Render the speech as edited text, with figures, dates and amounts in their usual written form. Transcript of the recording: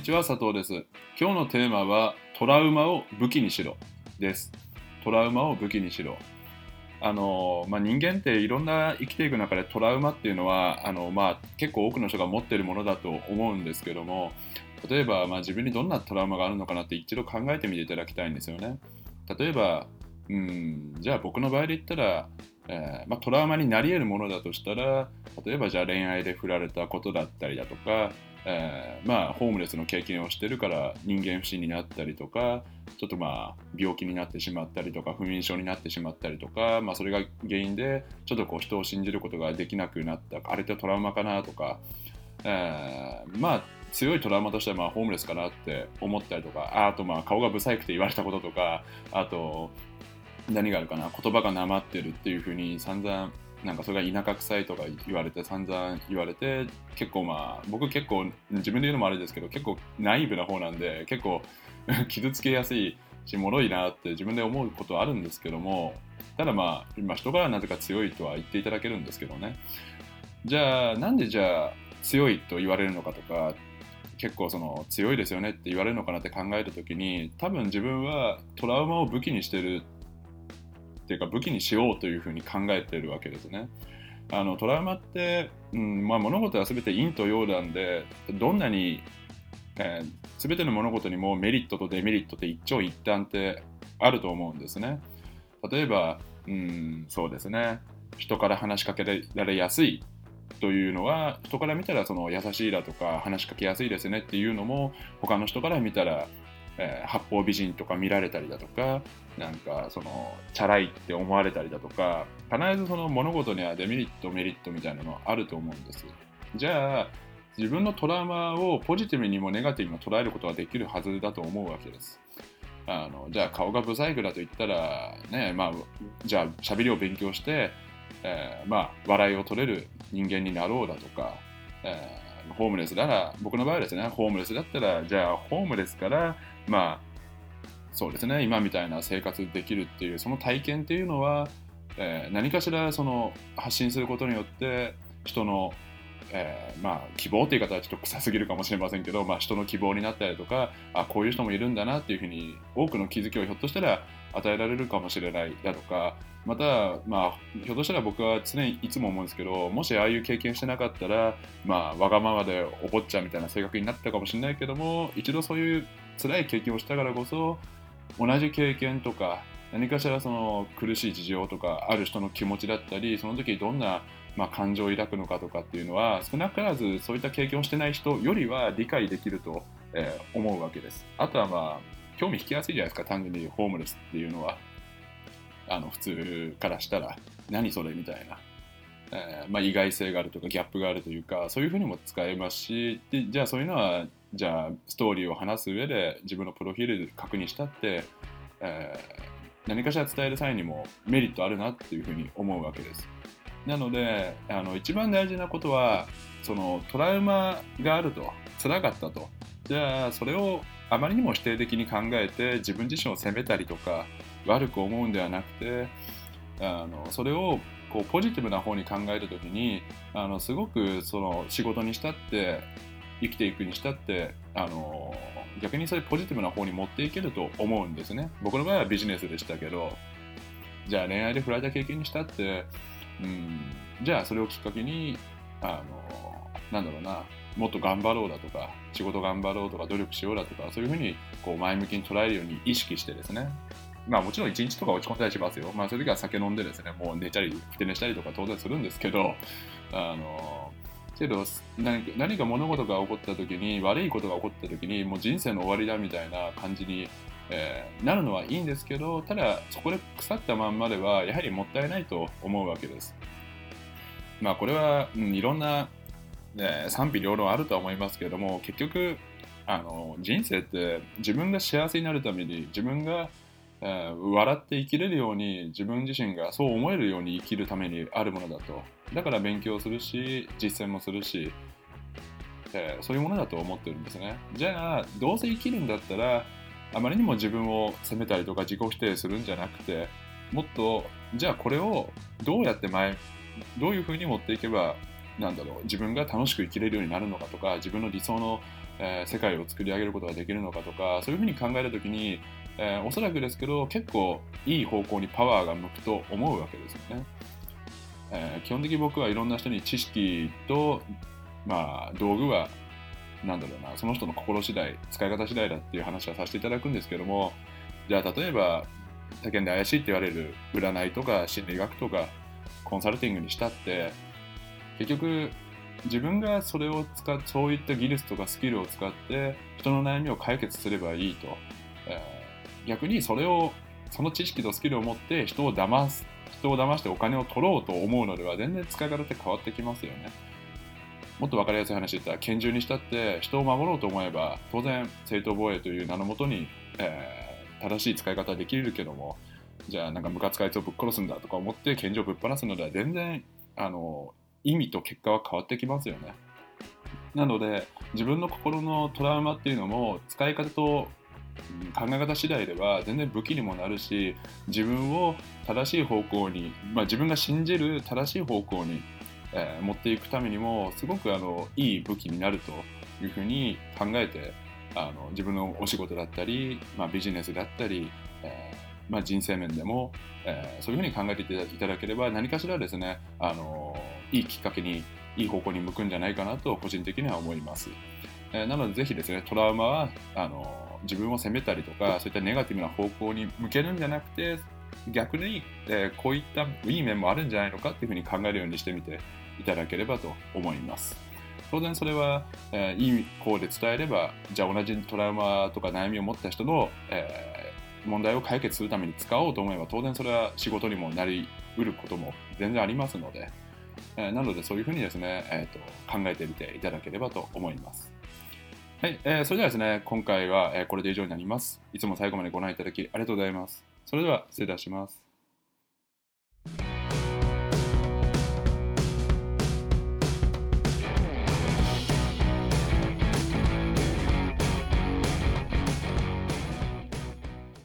にちは、佐藤です。今日のテーマはトラウマを武器にしろです。トラウマを武器にしろ。人間っていろんな生きていく中でトラウマっていうのは結構多くの人が持っているものだと思うんですけども、例えば自分にどんなトラウマがあるのかなって一度考えてみていただきたいんですよね。例えば、じゃあ僕の場合で言ったら、トラウマになり得るものだとしたら、例えばじゃあ恋愛で振られたことだったりだとか、ホームレスの経験をしてるから人間不信になったりとか、ちょっと病気になってしまったりとか、不眠症になってしまったりとか、それが原因でちょっと人を信じることができなくなった、あれってトラウマかなとか、強いトラウマとしてはホームレスかなって思ったりとか、あと顔が不細工って言われたこととか、あと何があるかな、言葉がなまってるっていう風に散々それが田舎臭いとか言われて散々言われて、結構僕結構自分で言うのもあれですけど、結構ナイーブな方なんで結構傷つけやすいし脆いなって自分で思うことはあるんですけども、ただ人がなぜか強いとは言っていただけるんですけどね。じゃあなんで強いと言われるのかとか、結構強いですよねって言われるのかなって考えた時に、多分自分はトラウマを武器にしてるっていうか武器にしようというふうに考えているわけですね。トラウマって、物事は全て陰と陽なんで、どんなに、全ての物事にもメリットとデメリットって一長一短ってあると思うんですね。例えば、そうですね、人から話しかけられやすいというのは、人から見たら優しいだとか話しかけやすいですねっていうのも、他の人から見たら八方美人とか見られたりだとか、チャラいって思われたりだとか、必ず物事にはデメリットメリットみたいなのあると思うんです。じゃあ自分のトラウマをポジティブにもネガティブにも捉えることができるはずだと思うわけです。じゃあ顔が不細工だと言ったらね、じゃあ喋りを勉強して、笑いを取れる人間になろうだとか、ホームレスなら、僕の場合はですね、ホームレスだったら、じゃあホームレスからそうですね、今みたいな生活できるっていうその体験っていうのは、何かしら発信することによって人の、希望っていう言い方はちょっと臭すぎるかもしれませんけど、人の希望になったりとか、こういう人もいるんだなっていうふうに多くの気づきをひょっとしたら与えられるかもしれないだとか、また、ひょっとしたら僕は常にいつも思うんですけど、もしああいう経験してなかったら、わがままでお坊ちゃんみたいな性格になってたかもしれないけども、一度そういう辛い経験をしたからこそ、同じ経験とか何かしら苦しい事情とかある人の気持ちだったり、その時どんな感情を抱くのかとかっていうのは、少なからずそういった経験をしてない人よりは理解できると、思うわけです。あとは興味引きやすいじゃないですか、単純にホームレスっていうのは。普通からしたら何それみたいな、意外性があるとかギャップがあるというか、そういうふうにも使えますし、でじゃあそういうのはじゃあストーリーを話す上で自分のプロフィールで確認したって、何かしら伝える際にもメリットあるなっていうふうに思うわけです。なので一番大事なことは、トラウマがあると、辛かったと、じゃあそれをあまりにも否定的に考えて自分自身を責めたりとか悪く思うんではなくて、それをポジティブな方に考えたときに、すごく仕事にしたって生きていくにしたって、逆にそれポジティブな方に持っていけると思うんですね。僕の場合はビジネスでしたけど、じゃあ恋愛で振られた経験にしたって、じゃあそれをきっかけにもっと頑張ろうだとか、仕事頑張ろうとか努力しようだとか、そういうふうに前向きに捉えるように意識してですね、もちろん1日とか落ち込んだりしますよ。そういう時は酒飲んでですね、もう寝たりふて寝したりとか当然するんですけど、何か物事が起こった時に、悪いことが起こった時にもう人生の終わりだみたいな感じに、なるのはいいんですけど、ただそこで腐ったまんまではやはりもったいないと思うわけです。これは、いろんな、賛否両論あるとは思いますけれども、結局人生って自分が幸せになるために、自分が笑って生きれるように、自分自身がそう思えるように生きるためにあるものだと。だから勉強するし実践もするし、そういうものだと思ってるんですね。じゃあどうせ生きるんだったら、あまりにも自分を責めたりとか自己否定するんじゃなくて、もっとじゃあこれをどうやってどういうふうに持っていけば自分が楽しく生きれるようになるのかとか、自分の理想の世界を作り上げることができるのかとか、そういうふうに考えるときに、おそらくですけど結構いい方向にパワーが向くと思うわけですよね。基本的に僕はいろんな人に知識と、道具はその人の心次第、使い方次第だっていう話はさせていただくんですけども、じゃあ例えば他県で怪しいって言われる占いとか心理学とかコンサルティングにしたって、結局自分がそれをそういった技術とかスキルを使って人の悩みを解決すればいいと、逆にその知識とスキルを持って人を騙してお金を取ろうと思うのでは全然使い方って変わってきますよね。もっと分かりやすい話で言ったら拳銃にしたって人を守ろうと思えば当然正当防衛という名のもとに、正しい使い方はできるけども、じゃあムカつくあいつをぶっ殺すんだとか思って拳銃をぶっ放すのでは全然意味と結果は変わってきますよね。なので自分の心のトラウマっていうのも使い方と考え方次第では全然武器にもなるし、自分を正しい方向に、自分が信じる正しい方向に、持っていくためにもすごくいい武器になるというふうに考えて自分のお仕事だったり、ビジネスだったり、人生面でも、そういうふうに考えていただければ何かしらですね、いいきっかけにいい方向に向くんじゃないかなと個人的には思います。なのでぜひですね、トラウマは自分を責めたりとかそういったネガティブな方向に向けるんじゃなくて、逆に、こういったいい面もあるんじゃないのかっていうふうに考えるようにしてみていただければと思います。当然それは、いい方で伝えれば、じゃあ同じトラウマとか悩みを持った人の、問題を解決するために使おうと思えば当然それは仕事にもなりうることも全然ありますので、なのでそういうふうにですね、考えてみていただければと思います。はい、それではですね、今回はこれで以上になります。いつも最後までご覧いただきありがとうございます。それでは失礼いたします。